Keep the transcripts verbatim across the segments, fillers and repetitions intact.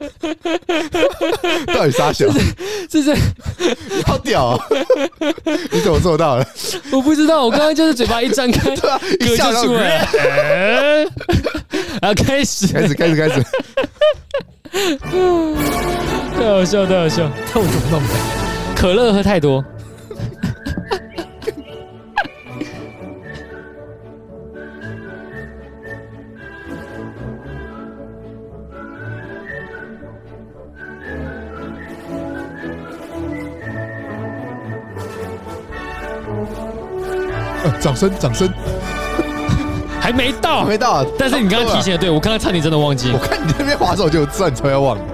到底啥小？ 这是你好屌啊！你怎么做到的？ 我不知道，我刚刚就是嘴巴一张开， 对啊，一嗝笑就出来了，然后开始， 开始，开始，开始， 太好笑，太好笑。 看我怎么弄的？ 可乐喝太多。 呃掌声，掌声， 还没到， 还没到、啊。 但是你刚刚提醒的对，我刚刚差点真的忘记。 我看你那边滑手，就知道你超要忘的。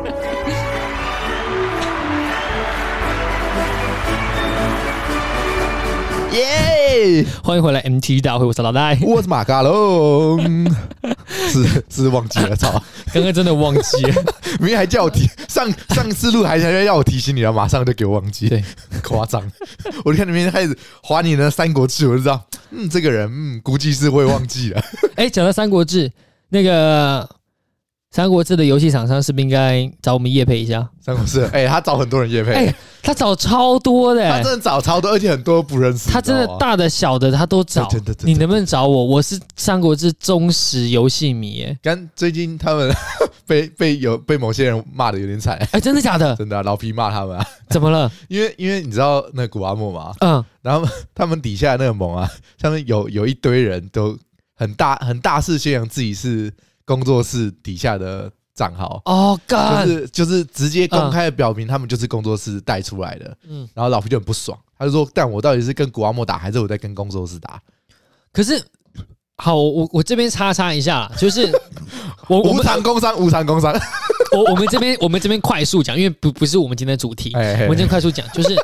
耶！ 欢迎回来 M T 大会，我是老戴， 我是马卡龙。是是忘记了，操！ 刚刚真的忘记了， 明明还叫我提上上次录还还要我提醒你了，马上就给我忘记， 对， 夸张！我就看那边开始划你的《三国志》，我就知道，嗯，这个人嗯估计是会忘记了。 哎，讲到《三国志》，那个《三国志》的游戏厂商是不是应该找我们业配一下？ 三国志，哎、欸，他找很多人业配， 哎、欸，他找超多的、欸， 他真的找超多，而且很多不认识。 他真的大的小的他都找，你能不能找我？我是《三国志》忠实游戏迷、欸，哎， 刚最近他们被被有被某些人骂的有点惨，哎、 欸，真的假的？ 真的、啊，老皮骂他们啊， 怎么了？ 因为因为你知道那个古阿莫嘛， 嗯， 然后他们底下那个盟啊，上面有有一堆人都很大很大肆宣扬自己是工作室底下的账号哦，干， 就是就是直接公开的表明他们就是工作室带出来的，嗯，然后老皮就很不爽，他就说：“但我到底是跟古阿莫打，还是我在跟工作室打？” 可是，好，我我这边插插一下啦，就是我无偿工商，无偿工商。 我我们这边我们这边快速讲，因为不不是我们今天的主题， 嘿嘿嘿我们今天快速讲，就是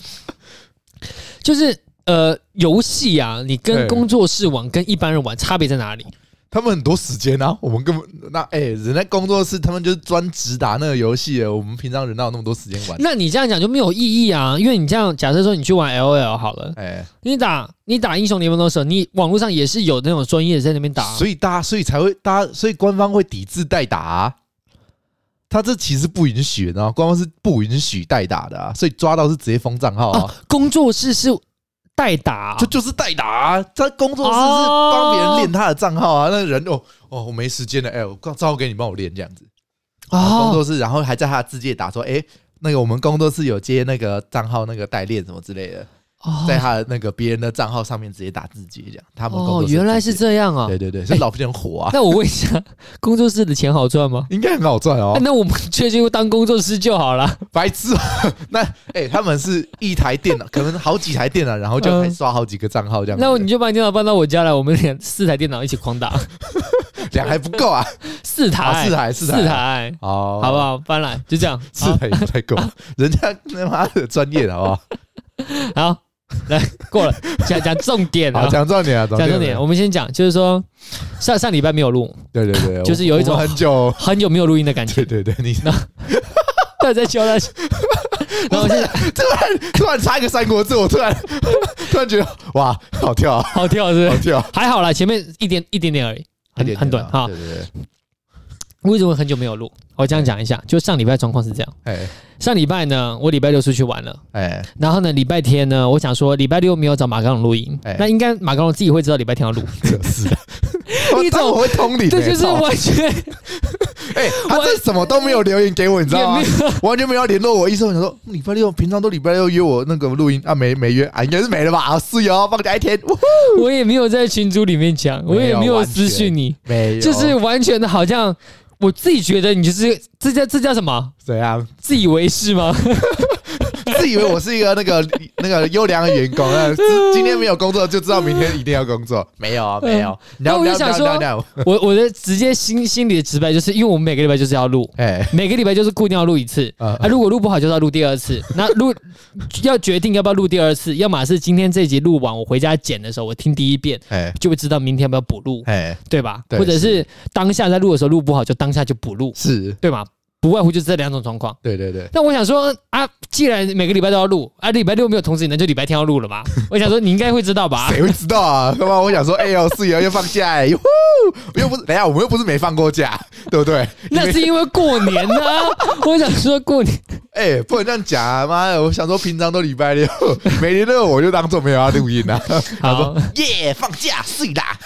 就是呃，游戏啊，你跟工作室玩跟一般人玩差别在哪里？ 他们很多时间啊，我们根本那哎、欸，人家工作室他们就是专职打那个游戏的，我们平常人哪有那么多时间玩？ 那你这样讲就没有意义啊，因为你这样假设说你去玩 L O L 好了，哎、欸，你打你打英雄联盟的时候，你网络上也是有那种专业在那边打、啊， 所以大家所以才会大家所以官方会抵制代打、啊，他这其实不允许的，官方是不允许代打的啊，所以抓到是直接封账号啊， 啊工作室是。代打、啊、 就就是代打啊！他工作室是帮别人练他的账号啊，那人哦哦，我没时间了，哎、欸，我账号给你帮我练这样子。哦，工作室，然后还在他的字界打说，哎、欸，那个我们工作室有接那个账号那个代练什么之类的。哦、在他的那个别人的账号上面直接打字节这样，他们工作室哦，原来是这样啊！ 对对对，所以老皮很火啊、欸。 那我问一下，工作室的钱好赚吗？ 应该很好赚哦、欸。 那我们就就当工作室就好了。 白痴、喔！那哎、欸，他们是一台电脑，可能好几台电脑，然后就还刷好几个账号这样、嗯。 那你就把电脑搬到我家来，我们两四台电脑一起狂打。 两还不够啊， 四台， 四台，四台， 四台，哦，好不好？搬来就这样， 四台也不太够，人家他妈的专业的好不好？ 好。来过了，讲讲重点啊， 讲重点啊， 讲重点。我们先讲，就是说上上礼拜没有录， 对对对， 就是有一种很久很久没有录音的感觉。 对对对，你他在教他，然后现在突然突然插一个三国志，我突然突然觉得哇，好跳， 好跳，是不是？ 好跳， 还好啦，前面一点一点点而已，很很短哈。 对对对。 为什么很久没有录？我这样讲一下，就上礼拜状况是这样。 哎， 上礼拜呢，我礼拜六出去玩了。哎，然后呢，礼拜天呢，我想说礼拜六没有找马高龙录音，那应该马高龙自己会知道礼拜天要录。 是的，一种会通灵， 这就是完全。 哎，他这什么都没有留言给我，你知道吗？完全没有联络我，意思我想说礼拜六平常都礼拜六约我那个录音啊，没没约啊，应该是没了吧？啊，是哦，放假一天。 我也没有在群组里面讲，我也没有私讯你， 没有， 就是完全的好像。我自己觉得你就是这叫这叫什么？ 怎样？ 自以为是吗？ 自以为我是一个那个那个优良的员工，今天没有工作就知道明天一定要工作，没有啊，没有。 那我就想说，我我的直接心心里的直白就是，因为我们每个礼拜就是要录，哎，每个礼拜就是固定要录一次啊。如果录不好，就是要录第二次。那录要决定要不要录第二次，要么是今天这一集录完，我回家剪的时候我听第一遍，哎，就会知道明天要不要补录，哎，对吧？或者是当下在录的时候录不好，就当下就补录， 是对吗？ 不外乎就这两种状况。 对对对。 那我想说啊，既然每个礼拜都要录啊，礼拜六没有通知你，那就礼拜天要录了嘛。我想说你应该会知道吧？ 谁会知道啊？干嘛？我想说，哎呦，四月要放假哎、欸，哟，又不是，等一下我们又不是没放过假，对不对？ 那是因为过年啊。我想说过年， 哎、欸，不能这样讲啊！妈的，我想说平常都礼拜六，每天六我就当做没有要录音啊。他说耶，放假睡啦。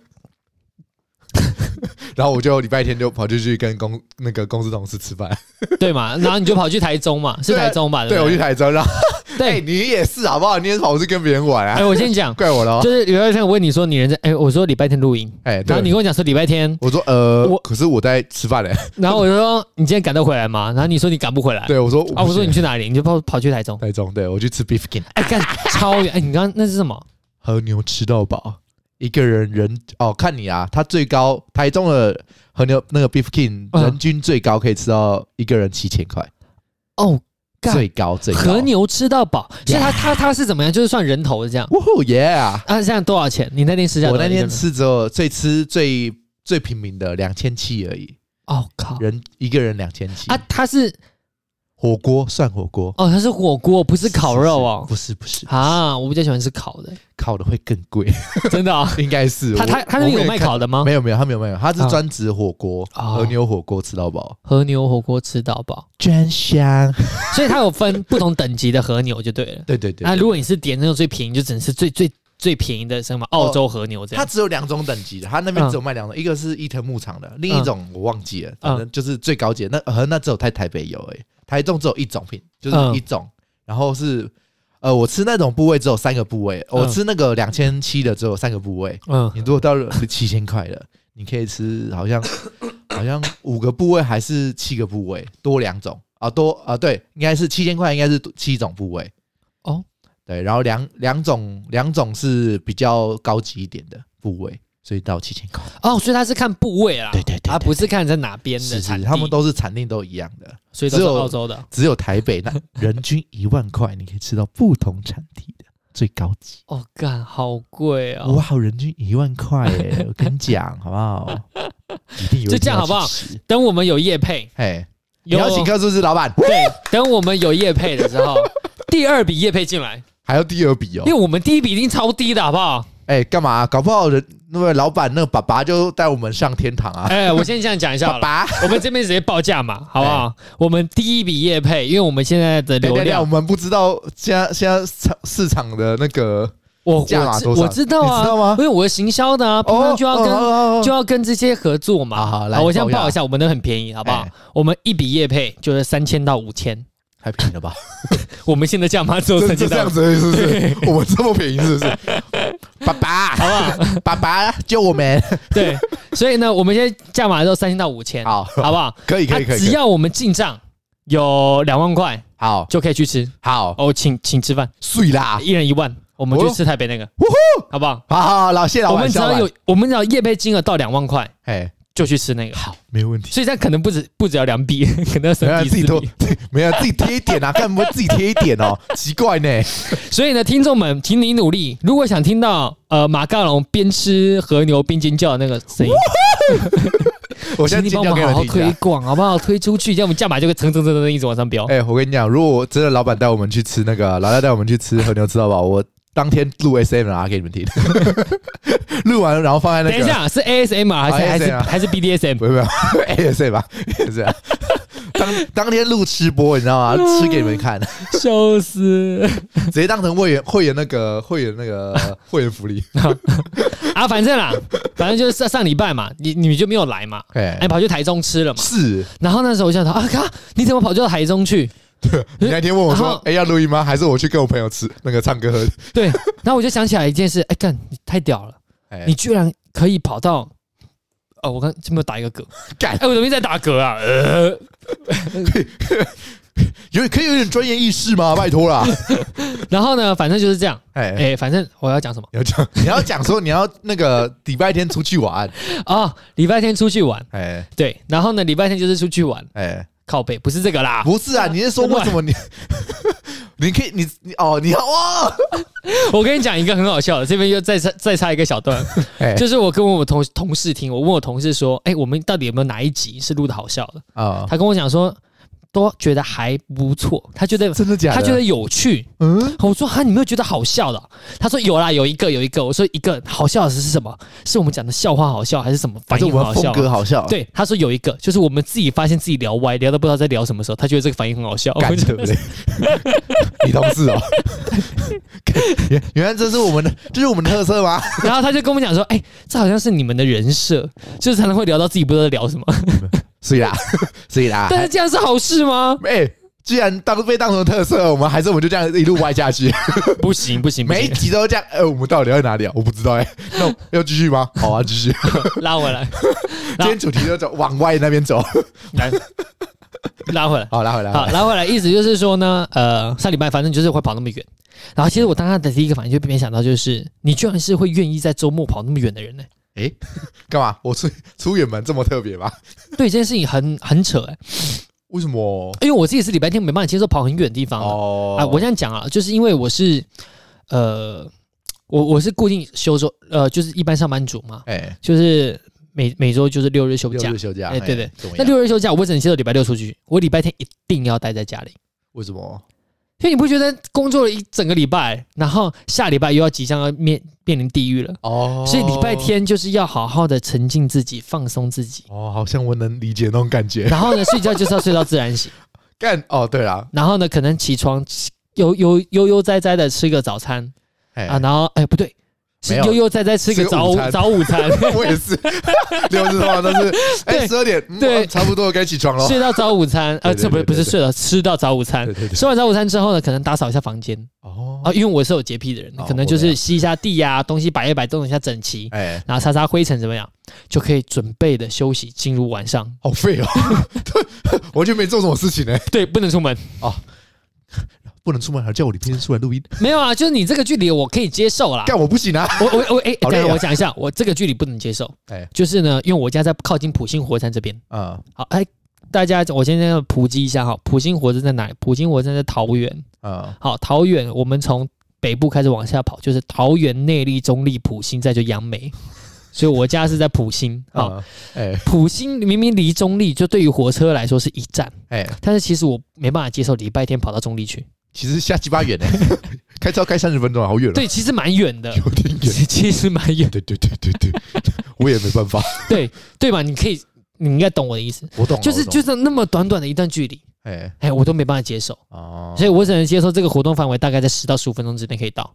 然后我就礼拜天就跑出去跟公那个公司同事吃饭， 对嘛？然后你就跑去台中嘛，是台中吧？ 对, 对, 对，我去台中，然后对、 欸、你也是好不好？你也是跑去跟别人玩啊？ 哎、欸，我先讲， 怪我了。 就是礼拜天我问你说你人在，哎、欸，我说礼拜天录音，哎、欸，然后你跟我讲说礼拜天， 我说呃，我可是我在吃饭嘞、欸。 然后我就说你今天赶得回来吗？然后你说你赶不回来， 对我说啊，我说你去哪里？你就跑跑去台中， 台中，对我去吃 beef king， 哎、欸，干超远，哎、欸，你刚刚那是什么？ 和牛吃到饱。一个人人哦，看你啊，他最高台中的和牛那个 Beef King 人均最高可以吃到一个人七千块哦， 最高最高和牛吃到饱，所以他他他是怎么样？就是算人头的这样。 哇哦耶啊！ 啊，这样多少钱？你那天吃下来？ 我那天吃只有最吃最最平民的两千七而已。 哦靠， 人一个人两千七啊？他是。 火锅算火锅哦，它是火锅，不是烤肉哦。 不是不是啊，我比较喜欢吃烤的， 烤的会更贵， 真的啊、哦？ 应该是。 他他他那边有卖烤的吗？ 没有没有，他没有没有，他是专职火锅，啊、和牛火锅吃到饱， 和牛火锅吃到饱， 真香。 所以它有分不同等级的和牛就对了。 对对对。 啊，如果你是点那种最便宜，就只能是最最最便宜的什么澳洲和牛这样。 它只有两种等级的，它那边只有卖两种，嗯、一个是伊藤牧场的，另一种我忘记了，反正就是最高级的。那和那只有在台北有诶、欸。台中只有一种品，就是一种，嗯、然后是，呃，我吃那种部位只有三个部位，嗯、我吃那个两千七的只有三个部位，嗯，你如果到了七千块的，你可以吃好像好像五个部位还是七个部位，多两种啊，多啊，对，应该是七千块，应该是七种部位，哦，对，然后两两种两种是比较高级一点的部位。所以到七千块哦，所以他是看部位啦， 对对 对, 对， 他不是看在哪边的产地， 他们都是产地都一样的， 所以都是澳洲的， 只有台北那人均一万块，你可以吃到不同产地的最高级。 哦，干好贵哦！ 哇，人均一万块耶！我跟你讲好不好？一定有就这样好不好？等我们有业配， 嘿，你要请客是不是，老板？ 对，等我们有业配的时候，第二笔业配进来， 还要第二笔哦， 因为我们第一笔已经超低的好不好？ 哎、欸，干嘛、啊？搞不好人那个老板那个爸爸就带我们上天堂啊！ 哎、欸，我先这样讲一下好了， 爸爸， 我们这边直接报价嘛，好不好？欸、我们第一笔业配，因为我们现在的流量， 欸、我们不知道现在现在场市场的那个我价码多少， 我知道啊， 你知道吗？ 因为我是行销的啊，平常就要跟、 哦、 就要跟这些合作嘛。 好，好来，我先报一下，我们的很便宜，好不好？欸、我们一笔业配就是三千到五千。 太便宜了吧？ 我们现在价码只有三千， 这样子是不是？我们这么便宜是不是？爸爸， 好不好？ 爸爸救我们！ 对，所以呢，我们现在价码只有三千到五千， 好， 好不好？ 可以，可以，可以。 只要我们进账有两万块， 好， 就可以去吃。 好， 哦，请请吃饭， 碎啦， 一人一万，我们去吃台北那个，好不好？ 好好，老谢老板， 我们只要有，我们只要业配金额到两万块， 哎。 就去吃那个， 好，没有问题。 所以这样可能不止不只要两笔，可能要三笔四笔。 没有自己贴一点啊，看不会自己贴一点哦，奇怪呢。 所以呢，听众们，请你努力。如果想听到呃马卡龙边吃和牛边尖叫的那个声音， 我现在请你帮我们好好推广好不好？推出去，这样我们价码就会蹭蹭蹭蹭一直往上飙。 哎、欸，我跟你讲，如果真的老板带我们去吃那个，老大带我们去吃和牛吃到饱，我。当天录 S M R 给你们听，录完然后放在那个。 等一下，是 A S M R 还是、啊、还是还是 B D S M？ 不是不是 A S M R 是啊。当当天录吃播，你知道吗？吃给你们看， 笑死！ 直接当成会员会员那个会员那个会员福利啊，反正啦，反正就是上上礼拜嘛，你你就没有来嘛，哎、欸，跑去台中吃了嘛。 是。 然后那时候我就想说啊，靠，你怎么跑到台中去？ 对，你那天问我说：“哎、欸，要录音吗？还是我去跟我朋友吃那个唱歌喝？” 对，然后我就想起来一件事，哎、欸，干，你太屌了，欸、你居然可以跑到……哦，我刚有没有打一个嗝？干，哎、欸，我怎么在打嗝啊？呃， 有可以有点专业意识吗？拜托啦。 然后呢，反正就是这样。哎、欸欸、反正我要讲什么？ 你要讲，你要讲说你要那个礼拜天出去玩哦，礼拜天出去玩。哎、 欸， 对，然后呢，礼拜天就是出去玩。哎、 欸。 靠北不是这个啦， 不是啊，你是说为什么你你可以，你你哦，你好哇！ 我跟你讲一个很好笑的，这边又再插再插一个小段，就是我跟我同同事听，我问我同事说，哎、欸，我们到底有没有哪一集是录的好笑的啊？哦、他跟我讲说。都觉得还不错，他觉得真的假的？ 他觉得有趣。嗯，我说哈，你没有觉得好笑的、啊？他说有啦，有一个，有一个。我说一个好笑的是什么？是我们讲的笑话好笑，还是什么反应很好笑？ 风格好笑。 对，他说有一个，就是我们自己发现自己聊歪，聊到不知道在聊什么时候，他觉得这个反应很好笑。 干对不对？你同事哦，原来这是我们的，这是我们的特色吗？ 然后他就跟我们讲说，哎、欸，这好像是你们的人设，就是常常会聊到自己不知道在聊什么。 所以啦，所以啦， 但是这样是好事吗？ 哎、欸，既然当被当成特色，我们还是我们就这样一路歪下去。 不行不行， 每一集都这样。呃，我们到底要哪里啊？我不知道哎、欸。那要继续吗？好啊，继续。 拉回来。 今天主题就走往歪那边走。 来，拉回来。 好，拉回来。 好，拉回来。意思就是说呢，呃，上礼拜反正就是会跑那么远。然后其实我当时的第一个反应就没想到，就是你居然是会愿意在周末跑那么远的人呢、欸。 哎，干嘛？我出出远门这么特别吗？ 对，这件事情很很扯哎、 欸。为什么？ 因为我自己是礼拜天没办法接受跑很远的地方哦。啊，我这样讲啊，就是因为我是呃，我我是固定休周，呃，就是一般上班族嘛，哎、欸，就是每每周就是六日休假， 六日休假， 哎、欸，对对。那六日休假，我只能接受礼拜六出去，我礼拜天一定要待在家里。 为什么？ 因为你不觉得工作了一整个礼拜，然后下礼拜又要即将要面面临地狱了哦，所以礼拜天就是要好好的沉浸自己，放松自己哦，好像我能理解那种感觉。 然后呢，睡觉就是要睡到自然醒。 干哦，对啦， 然后呢，可能起床悠悠悠悠哉哉的吃个早餐啊，然后哎不对。是悠悠哉哉吃个早午早午餐， 我也是，六日通常都是哎十二点，对，差不多该起床了， 睡到早午餐，呃，这不是不是睡了，吃到早午餐，吃完早午餐之后呢，可能打扫一下房间，哦，啊，因为我是有洁癖的人，可能就是吸一下地呀，东西摆一摆，弄一下整齐，哎，然后擦擦灰尘怎么样，就可以准备的休息，进入晚上。 好废哦，完全没做什么事情呢， 对，不能出门哦。 不能出门，还叫我礼拜天出来录音？ 没有啊，就是你这个距离我可以接受啦。 干我不行啊！ 我我我哎，等一下我讲一下，我这个距离不能接受。哎，就是呢，因为我家在靠近埔心火车站这边。啊，好，哎，大家，我现在要普及一下哈，埔心火车站在哪里？埔心火车站在桃园。啊，好，桃园，我们从北部开始往下跑，就是桃园、内坜、中坜、埔心，再就杨梅。所以我家是在埔心。好，哎，埔心明明离中坜，就对于火车来说是一站。哎，但是其实我没办法接受礼拜天跑到中坜去。 其实下鸡巴远呢，开车要开三十分钟，好远了。 对，其实蛮远的， 有点远， 其实蛮远。 对对对对对，我也没办法。 对对吧？你可以，你应该懂我的意思。 我懂， 就是就是那么短短的一段距离，哎哎，我都没办法接受哦，所以我只能接受这个活动范围大概在十到十五分钟之内可以到。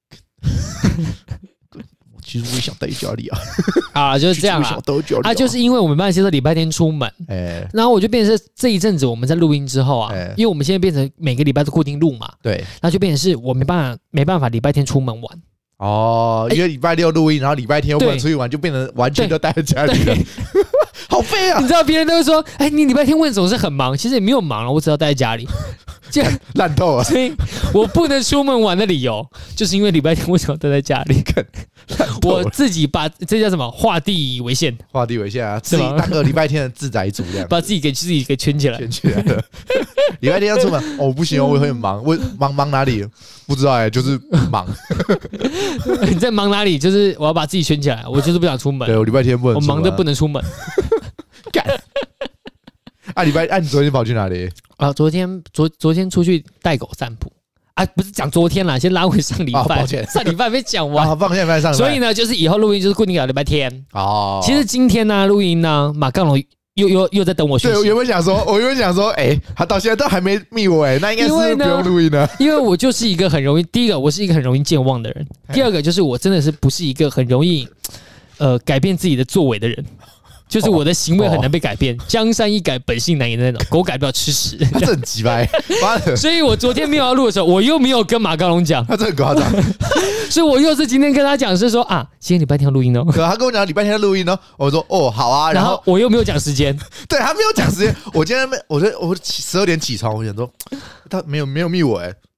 其实我也想待在家里啊， 啊，就是这样啊。啊，就是因为我没办法接受礼拜天出门，欸、然后我就变成是这一阵子我们在录音之后啊，欸、因为我们现在变成每个礼拜都固定录嘛，对，然后就变成是我没办法没办法礼拜天出门玩。 哦，因为礼拜六录音，然后礼拜天又不能出去玩，就变成完全都待在家里了，好废啊！ 你知道别人都会说，哎，你礼拜天为什么是很忙？其实也没有忙了，我只要待在家里。这样烂透了， 所以我不能出门玩的理由，就是因为礼拜天为什么待在家里？我自己把这叫什么画地为限， 画地为限啊，自己当个礼拜天的自宅主这样， 把自己给自己给圈起来， 圈起来了。礼拜天要出门，哦，不行哦，我会很忙，我忙忙哪里？不知道哎、欸，就是忙。 你在忙哪里？就是我要把自己圈起来，我就是不想出门。 对，我礼拜天不能出门， 我忙得不能出门。 干。啊，礼拜，啊，你昨天跑去哪里？ 啊，昨天昨昨天出去带狗散步啊，不是讲昨天啦，先拉回上礼拜。哦、抱歉，上礼拜没讲完。 啊，抱歉，上礼拜。 所以呢，就是以后录音就是固定搞礼拜天。哦。其实今天呢，录音呢，马杠龙又又又在等我讯息。 对，我原本想说，我原本想说，哎、欸，他到现在都还没密我、欸，哎，那应该是不用录音的。 因为我就是一个很容易，第一个我是一个很容易健忘的人，第二个就是我真的是不是一个很容易呃改变自己的作为的人。就是我的行为很难被改变，江山易改，本性难移的那种。狗改不了吃屎， 他这很鸡掰。 所以我昨天没有要录的时候，我又没有跟马高龙讲， 他这很夸张。 所以我又是今天跟他讲，是说啊，今天礼拜天要录音哦。 可他跟我讲礼拜天要录音哦，我说哦好啊， 然后, 然后我又没有讲时间， 对他没有讲时间。我今天我觉得我十二点起床，我想说他没有没有密我哎、欸。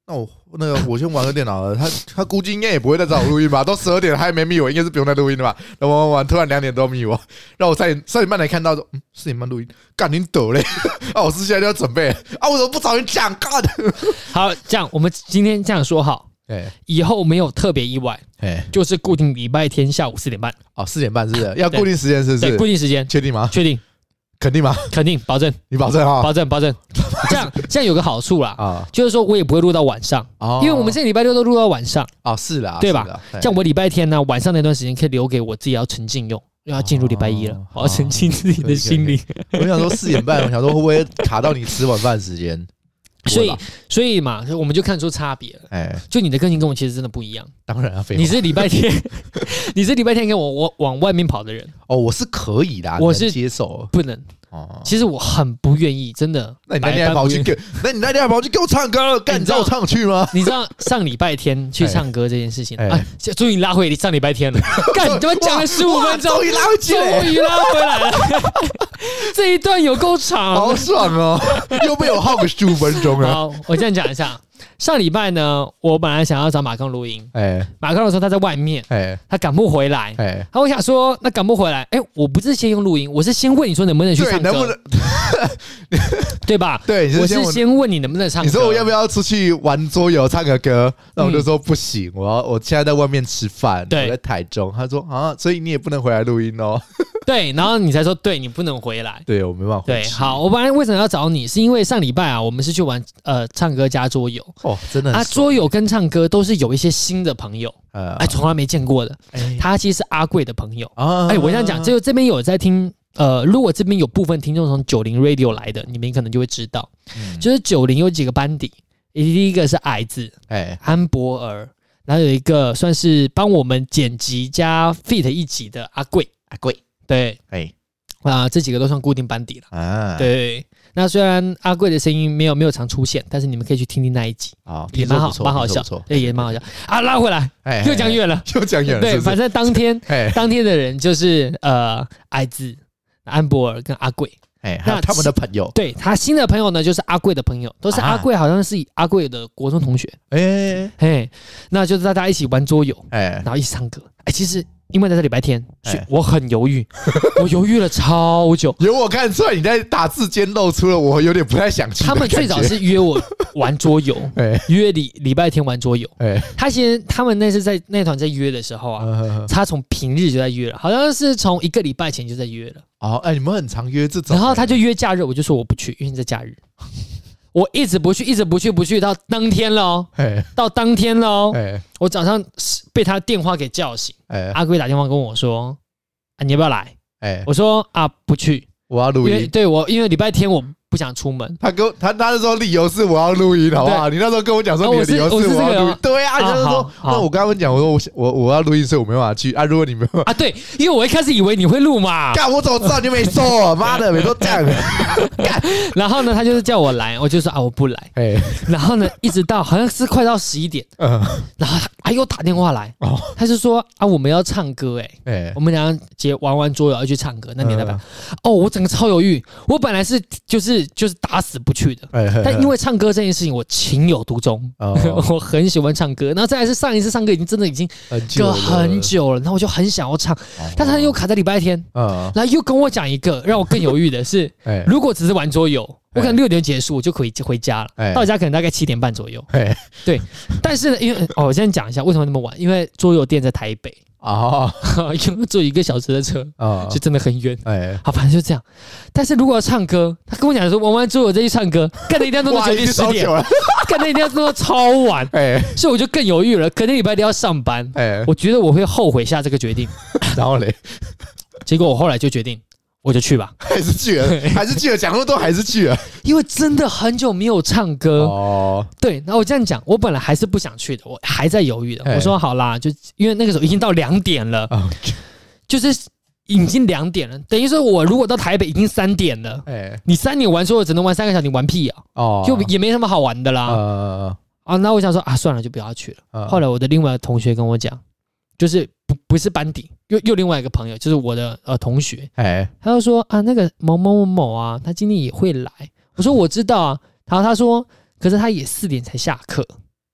那我那个我先玩个电脑了，他他估计应该也不会再找我录音吧？都十二点了还没密我，应该是不用再录音了吧？然后玩玩玩，突然两点多密我，让我三点三点半才看到说，嗯，四点半录音，干你抖嘞！啊，我是现在就要准备啊，我怎么不早点讲？干的。好， 这样我们今天这样说好，以后没有特别意外，就是固定礼拜天下午四点半。 哦，四点半是不是？要固定时间是不是？ 对，固定时间， 确定吗？ 确定。 肯定吗？ 肯定，保证， 你保证哈， 保证，保证。这样，这样有个好处啦，啊，就是说我也不会录到晚上，哦，因为我们现在礼拜六都录到晚上， 哦，是啦， 对吧？像我礼拜天呢，晚上那段时间可以留给我自己要沉浸用，又要进入礼拜一了，我要沉浸自己的心灵。 我想说四点半，我想说会不会卡到你吃晚饭时间？ 所以，所以嘛，我们就看出差别了。哎，就你的个性跟我其实真的不一样。 当然啊， 你是礼拜天，你是礼拜天跟我我往外面跑的人。 哦，我是可以的， 我是接受， 不能。哦，其实我很不愿意，真的。 那你那天还跑去给，那你那天还跑去给我唱歌，干你知道我唱去吗？ 你知道上礼拜天去唱歌这件事情，哎，终于拉回上礼拜天了。干，你他妈讲了十五分钟， 终于拉回去了， 终于拉回来了。这一段有够长， 好爽哦！又被我耗个十五分钟了。 好，我这样讲一下。上礼拜呢，我本来想要找马康录音，哎，马康的时候他在外面，哎，他赶不回来，哎，然后我想说，那赶不回来，哎，我不是先用录音，我是先问你说能不能去唱歌，能不能，对吧？ 对， 我是先问你能不能唱歌， 你说我要不要出去玩桌游唱个歌，那我就说不行，我要我现在在外面吃饭，我在台中，他说啊，所以你也不能回来录音哦。 对，然后你才说对你不能回来， 对我没办法回去。 对，好，我本来为什么要找你，是因为上礼拜啊，我们是去玩呃唱歌加桌游哦，真的啊， 桌游跟唱歌都是有一些新的朋友，呃，哎，从来没见过的，哎，他其实是阿贵的朋友啊，哎，我这样讲，就这边有在听，呃，如果这边有部分听众从九零 Radio 来的，你们可能就会知道，嗯、就是九零有几个班底，第一个是矮子，哎，安博尔，然后有一个算是帮我们剪辑加 fit 一集的阿贵， 阿贵。 对，哎，啊，这几个都算固定班底了啊。对，那虽然阿贵的声音没有没有常出现，但是你们可以去听听那一集啊，也蛮好，蛮好笑，对，也蛮好笑啊。拉回来，又讲远了， 又讲远了。 对，反正当天当天的人就是呃，矮子、安博尔跟阿贵， 哎，还有他们的朋友。 对他新的朋友呢，就是阿贵的朋友，都是阿贵，好像是阿贵的国中同学。哎哎，那就是大家一起玩桌游，哎，然后一起唱歌。哎，其实。因为在这礼拜天，我很犹豫，我犹豫了超久。 有我看出来你在打字间露出了我有点不太想去。 他们最早是约我玩桌游，约礼礼拜天玩桌游。他先他们那是在那团在约的时候啊，他从平日就在约了，好像是从一个礼拜前就在约了。 哦，哎，你们很常约这种。 然后他就约假日，我就说我不去，因为你在假日。我一直不去，一直不去，不去到当天了哦，到当天了哦，我早上被他电话给叫醒，阿贵打电话跟我说：“啊，你要不要来？”我说：“啊，不去， 我要录音。” 对我，因为礼拜天我不想出门。 他跟他他那时候理由是我要录音，好不好？你那时候跟我讲说你的理由是我要录音，对啊，你那时候说，那我跟他们讲，我说我我我要录音，所以我没办法去啊。如果你没有啊，对，因为我一开始以为你会录嘛， 干我怎么知道你没说？妈的，每都这样。 然后呢，他就是叫我来，我就说啊，我不来。然后呢，一直到好像是快到十一点，然后他又打电话来，他就说啊，我们要唱歌，哎，我们俩结玩完桌游要去唱歌，那你来吧。哦，我整个超犹豫，我本来是就是就是打死不去的，但因为唱歌这件事情我情有独钟，我很喜欢唱歌。然后再来是上一次唱歌已经真的已经隔很久了，然后我就很想要唱，但他又卡在礼拜天，然后又跟我讲一个让我更犹豫的是，如果只是玩桌游，我可能六点结束我就可以回家了，到家可能大概七点半左右。对，但是呢，因为哦，我先讲一下为什么那么晚，因为桌游店在台北。哦，因为坐一个小时的车，哦，就真的很远。哎，好，反正就这样。但是如果要唱歌，他跟我讲说玩完桌游再去唱歌，干的一定要弄到九点十点，干的一定要弄到超晚。哎，所以我就更犹豫了。可能礼拜天要上班，哎，我觉得我会后悔下这个决定。 然后嘞， 结果我后来就决定。我就去吧， 还是去了，还是去了，讲那么多还是去了， 因为真的很久没有唱歌哦。对，然后我这样讲，我本来还是不想去的，我还在犹豫的。我说好啦，就因为那个时候已经到两点了，哦、就是已经两点了，等于说我如果到台北已经三点了，哎，你三点玩说我只能玩三个小时，你玩屁啊！哦，就也没什么好玩的啦。呃、啊，那我想说啊，算了，就不要去了。呃、后来我的另外一个同学跟我讲，就是不不是班底。又又另外一个朋友，就是我的呃同学，哎，他就说啊，那个某某某某啊，他今天也会来。我说我知道啊，然后他说，可是他也四点才下课。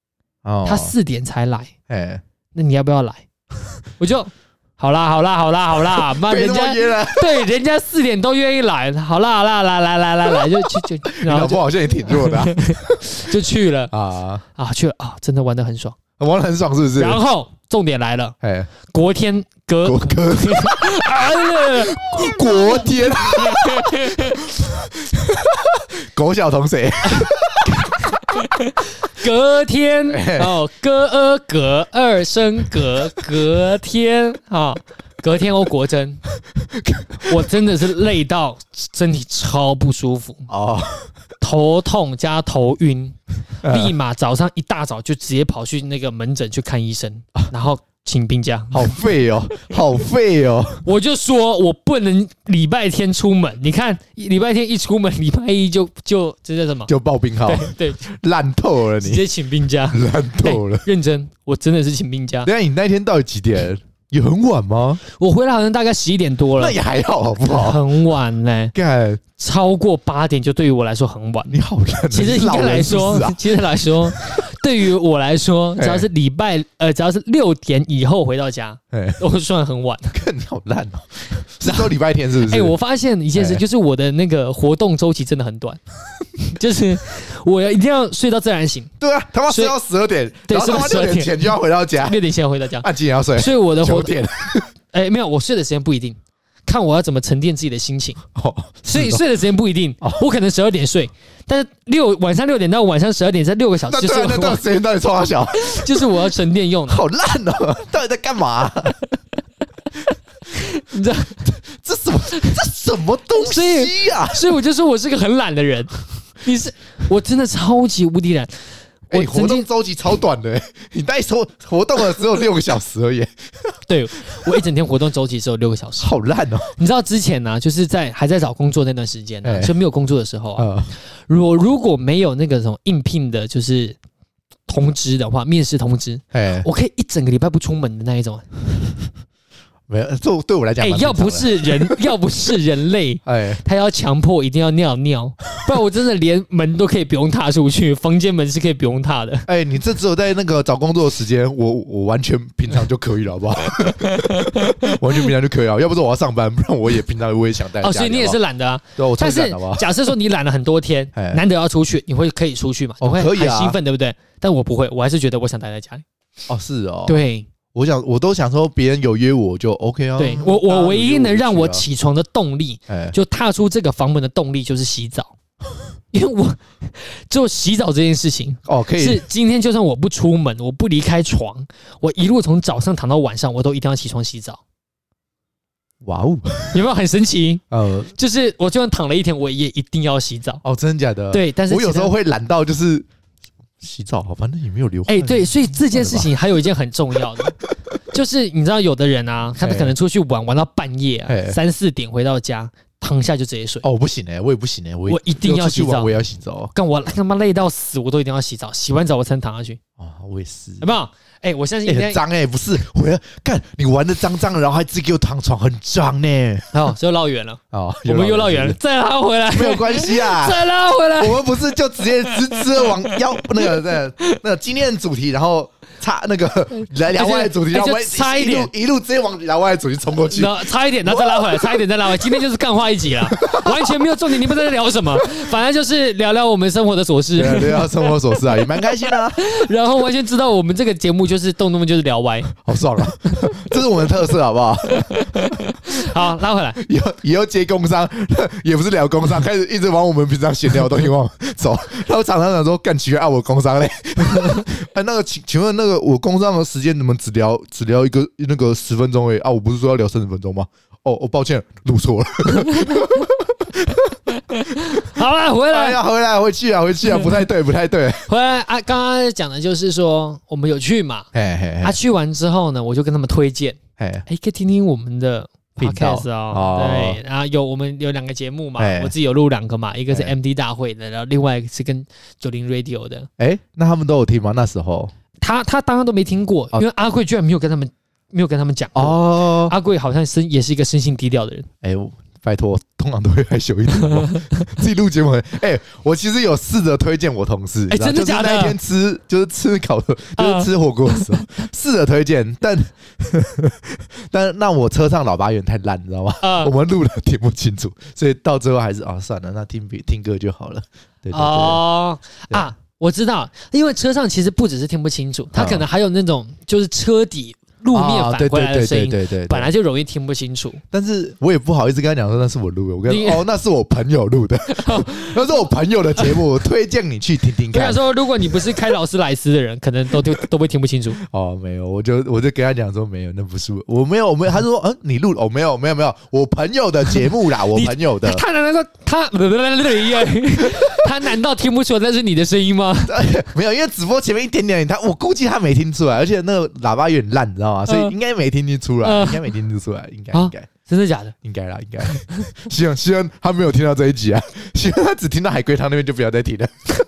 哦、他四点才来，哎，那你要不要来？我就好啦，好啦，好啦，好啦，妈，人家对人家四点都愿意来，好啦，好啦，来来来来来，就去就， 然后老婆好像也挺弱的、啊， 就去了啊啊，去了啊，真的玩得很爽， 玩得很爽，是不是？ 然后重点来了，哎，国天隔国隔，国天，狗小同谁？ 隔天哦，歌儿隔二声隔隔天啊、哦，隔天欧国珍，我真的是累到身体超不舒服哦，头痛加头晕，立马早上一大早就直接跑去那个门诊去看医生，然后请病假， 好废哦，好废哦！ 我就说我不能礼拜天出门，你看礼拜天一出门，礼拜一就就这叫什么？ 就报病号， 对对， 烂透了你， 直接请病假， 烂透了、 欸。认真，我真的是请病假。 等一下你那天到底几点？也很晚吗？ 我回来好像大概十一点多了， 那也还好，好不好？ 很晚嘞、 欸， 超过八点就对于我来说很晚。 你好烂， 其实应该来说， 啊、 其实来说，对于我来说，只要是礼拜呃，只要是六点以后回到家，都算很晚。 看你好烂哦，是都礼拜天是不是？ 哎、欸，我发现一件事，就是我的那个活动周期真的很短，就是我一定要睡到自然醒。 对啊，他妈睡到十二点，对，睡到六点前就要回到家， 六点前要回到家。 按几点要睡？ 所以我的活动， 哎、 欸，没有，我睡的时间不一定。看我要怎么沉淀自己的心情，哦、所以睡的时间不一定，哦、我可能十二点睡，但是六晚上六点到晚上十二点，这六个小时就是我那段时间到底冲啥小？ 就是我要沉淀用的。 好烂哦！到底在干嘛、啊？ 你知道这什么？这什么东西呀、啊？ 所以我就说我是个很懒的人。你是我真的超级无敌懒。 哎、欸，活动周期超短的、欸，你带活活动了只有六个小时而已。 对，我一整天活动周期只有六个小时， 好烂哦！ 你知道之前呢、啊，就是在还在找工作那段时间呢、啊，欸、就没有工作的时候啊，我、呃、如果没有那个什么应聘的，就是通知的话，面试通知，欸、我可以一整个礼拜不出门的那一种。 没有，这对我来讲， 哎、欸，要不是人，要不是人类，哎、欸，他要强迫一定要尿尿，不然我真的连门都可以不用踏出去，房间门是可以不用踏的。 哎、欸，你这只有在那个找工作的时间，我我完全平常就可以了，好不好？完全平常就可以了，要不是我要上班，不然我也平常我也想待在家里。 哦，所以你也是懒的啊？ 对，我超懒的。 但是假设说你懒了很多天，难得要出去，你会可以出去嘛？ 哦，可以啊， 很兴奋，对不对？但我不会，我还是觉得我想待在家里。 哦，是哦， 对。 我想，我都想说，别人有约我就 OK 啊。 对我，我唯一能让我起床的动力，就踏出这个房门的动力，就是洗澡。因为我做洗澡这件事情， 哦，可以是今天就算我不出门，我不离开床，我一路从早上躺到晚上，我都一定要起床洗澡。 哇哦， 有没有很神奇？呃，就是我就算躺了一天，我也一定要洗澡。 哦，真的假的？ 对，但是我有时候会懒到就是。洗澡好，反正也没有流汗。 哎、欸，对，所以这件事情还有一件很重要的，就是你知道，有的人啊，他可能出去玩玩到半夜啊，三四点回到家，躺下就直接睡。 哦，不行哎、欸，我也不行哎、欸，我我一定要洗澡， 我也要洗澡。 干我他妈累到死，我都一定要洗澡。洗完澡我才能躺下去。 啊、哦，我也是。 有没有？哎、欸，我相信欸、很脏哎、欸，不是，我要干你玩的脏脏的，然后还自己给我躺床，很脏呢、欸。 哦，就绕远了。 哦， 我们又绕远了，再拉回来， 没有关系啊， 再拉回来。 我们不是就直接直直的往腰那个那个那个今天的主题，然后差那个来聊外的主题，然后我们差一点一路直接往聊外的主题冲过去， 差一点，然后再拉回来，差一点再拉回来。今天就是干话一集了，完全没有重点，你不知道在聊什么，反正就是聊聊我们生活的琐事， 聊聊生活琐事啊，也蛮开心的、啊。 然后完全知道我们这个节目就是动不动就是聊歪， 好爽啊！这是我们的特色，好不好？ 好，拉回来， 以后以后接工商也不是聊工商，开始一直往我们平常闲聊的东西往走，然后常常想说干奇怪啊，我工商嘞。哎，那个请请问那个我工商的时间你们只聊只聊一个那个十分钟诶啊，我不是说要聊三十分钟吗？哦，我抱歉录错了。 好了，回来， 哎呀，回来，回去啊，回去啊，不太对，不太对。 回来啊，刚刚讲的就是说我们有去嘛，嘿嘿嘿啊，去完之后呢，我就跟他们推荐，哎，可以听听我们的 podcast 哦，哦对，然后有我们有两个节目嘛，我自己有录两个嘛，一个是 M D 大会的，然后另外一个是跟九零 Radio 的。哎， 那他们都有听吗？那时候他他当然都没听过，因为阿贵居然没有跟他们没有跟他们讲哦。阿贵好像是也是一个生性低调的人， 哎。 拜托，通常都会害羞一点好不好自己录节目，哎、欸，我其实有试着推荐我同事， 哎、欸，真的假的？ 就是那天吃就是吃烤，就是吃火锅的时候，试着推荐，但但那我车上喇叭有点太烂，你知道吗？嗯、我们录的听不清楚，所以到最后还是啊、哦，算了，那听听歌就好了。对对对哦对啊，我知道，因为车上其实不只是听不清楚，它可能还有那种就是车底。路面反回来的声音，对对对，本来就容易听不清楚。 但是我也不好意思跟他讲说那是我录的，我跟他说哦，那是我朋友录的，那是我朋友的节目，我推荐你去听听看。 我想说，如果你不是开劳斯莱斯的人，可能都都会听不清楚。 哦，没有，我就我就跟他讲说没有，那不是我，我没有，我没有。他说嗯，你录哦，没有没有没有，我朋友的节目啦，我朋友的。 他难道说他他难道听不出来那是你的声音吗？ 没有，因为直播前面一点点，他我估计他没听出来，而且那个喇叭有点烂，你知道吗？所以应该没听出来，应该没听出来，应该应该。 真的假的？ 应该啦，应该。希望希望他没有听到这一集啊，希望他只听到海龟汤那边就不要再听了。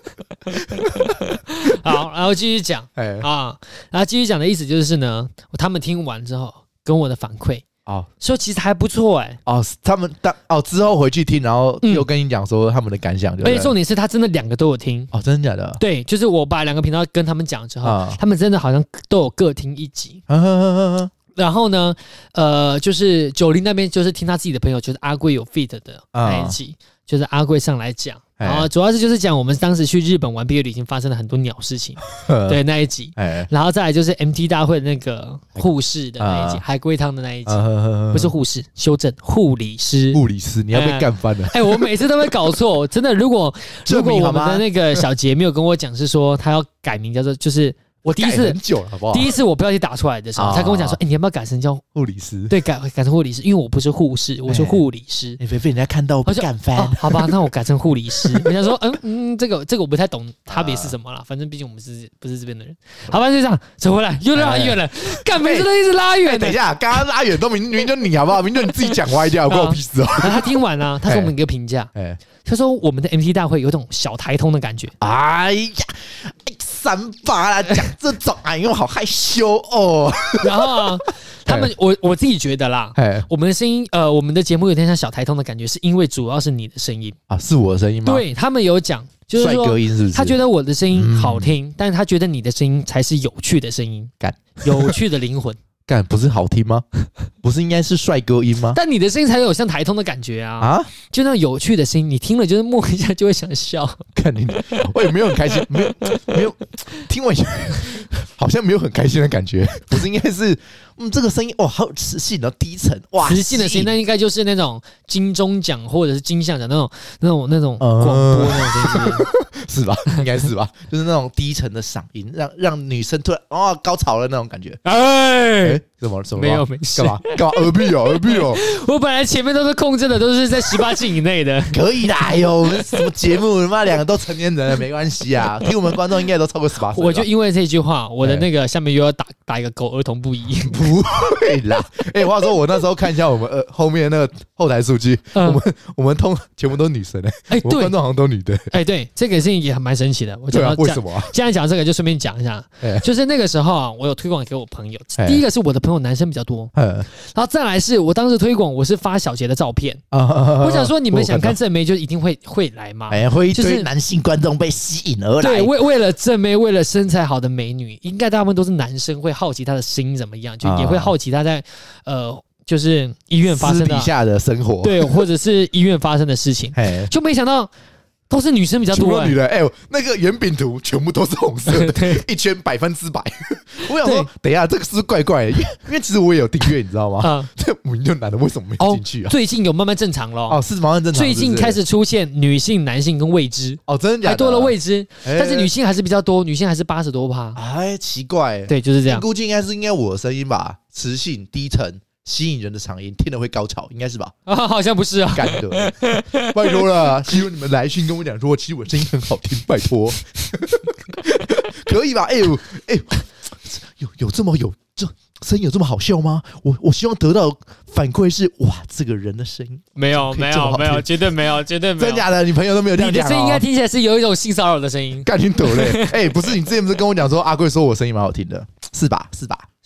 好，然后继续讲，哎啊，然后继续讲的意思就是呢，他们听完之后跟我的反馈。哦，说其实还不错哎、欸。 哦，他们当哦之后回去听，然后又跟你讲说他们的感想， 而且重点是他真的两个都有听。 哦，真的假的？ 对，就是我把两个频道跟他们讲之后，啊、他们真的好像都有各听一集。啊啊啊啊然后呢，呃，就是九零那边就是听他自己的朋友，就是阿贵有 feat 的那一集，啊、就是阿贵上来讲。然后主要是就是讲我们当时去日本玩毕业旅行发生了很多鸟事情，对那一集，然后再来就是 M T 大会的那个护士的那一集，海龟汤的那一集，不是护士，修正护理师， 护理师，你要被干翻了！ 哎，我每次都会搞错，真的，如果如果我们的那个小杰没有跟我讲是说他要改名叫做就是。我第一次很久了，好不好？ 第一次我标题打出来的时候，他跟我讲说：“哎、欸，你要不要改成叫护理师？” 对，改改成护理师，因为我不是护士，我是护理师。 你别被人家看到不敢翻、 哦。好吧，那我改成护理师。人家说：“嗯嗯，这个这个我不太懂差别是什么啦，反正毕竟我们是不是这边的人。”好吧，就这样走回来，又拉远了，干每次都一直拉远、欸。 等一下，刚刚拉远都明明就你好不好？明明就你自己讲歪掉，关我屁事哦。 他听完了、啊，他说我们一个评价，他说我们的 M T 大会有种小台通的感觉。 哎呀。三八啦，讲这种哎呦，好害羞哦。 然后啊，他们我我自己觉得啦，我们的声音呃，我们的节目有点像小台通的感觉，是因为主要是你的声音啊，是我的声音吗？ 对他们有讲，就是说帅哥音是不是？ 他觉得我的声音好听，嗯、但是他觉得你的声音才是有趣的声音，干有趣的灵魂。 干不是好听吗？不是应该是帅哥音吗？ 但你的声音才有像台通的感觉啊！啊，就那种有趣的声音，你听了就是默一下就会想笑。 看你，我也没有很开心，没有没有听完好像没有很开心的感觉。不是应该是嗯，这个声音哇，好有磁性的低沉哇， 磁性的声音，那应该就是那种金钟奖或者是金像奖那种那种那种广播那种声音。 是吧？应该是吧？就是那种低沉的嗓音，让让女生突然哦高潮的那种感觉。哎，欸、什么什么？ 没有没事。 干嘛干嘛？耳闭哦，耳闭哦。 我本来前面都是控制的，都是在十八禁以内的。 可以啦，哎呦，我们什么节目？他妈两个都成年人了，没关系啊。听我们观众应该都超过十八岁。 我就因为这句话，我的那个下面又要打打一个狗儿童不宜。 不会啦。哎、欸，话说我那时候看一下我们呃后面那个后台数据，嗯、我们我们通全部都是女生哎、欸，哎、欸，对，观众好像都女的。 哎、欸，对，这个事情也很蛮神奇的。我讲到、 啊、为什么、啊？ 既然讲这个，就顺便讲一下，欸、就是那个时候啊，我有推广给我朋友。欸、第一个是我的朋友男生比较多，欸、然后再来是我当时推广，我是发小杰的照片。啊、我想说，你们想看正妹，就一定会会来嘛。 哎、欸，会就是男性观众被吸引而来。 对，为为了正妹，为了身材好的美女，应该大部分都是男生会好奇她的声音怎么样，就也会好奇她在呃。就是医院发生的私底下的生活， 对，或者是医院发生的事情，就没想到都是女生比较多、欸， 女的，哎、欸，那个圆饼图全部都是红色的，对，一圈百分之百。我想说，等一下这个是不是怪怪的？因为因为其实我也有订阅，你知道吗？啊、这名就男的为什么没进去啊、 哦？最近有慢慢正常了， 哦，是慢慢正常。 最近开始出现女性、男性跟未知， 哦，真的假的？ 还多了未知，欸、但是女性还是比较多，女性还是八十多趴。 哎，奇怪、欸， 对，就是这样。 估计应该是应该我的声音吧，磁性低沉。吸引人的长音，听了会高潮，应该是吧？ 啊，好像不是啊， 干的，拜托了，希望你们来信跟我讲说，其实我声音很好听，拜托，可以吧？哎呦，哎，有有这么有这声音有这么好笑吗？我我希望得到反馈是，哇，这个人的声音没有没有没有，绝对没有，绝对没有， 真假的？你朋友都没有这样讲、哦， 你的声音应该听起来是有一种性骚扰的声音， 干听懂嘞？哎，不是，你之前不是跟我讲说阿贵说我声音蛮好听的，是吧？是吧？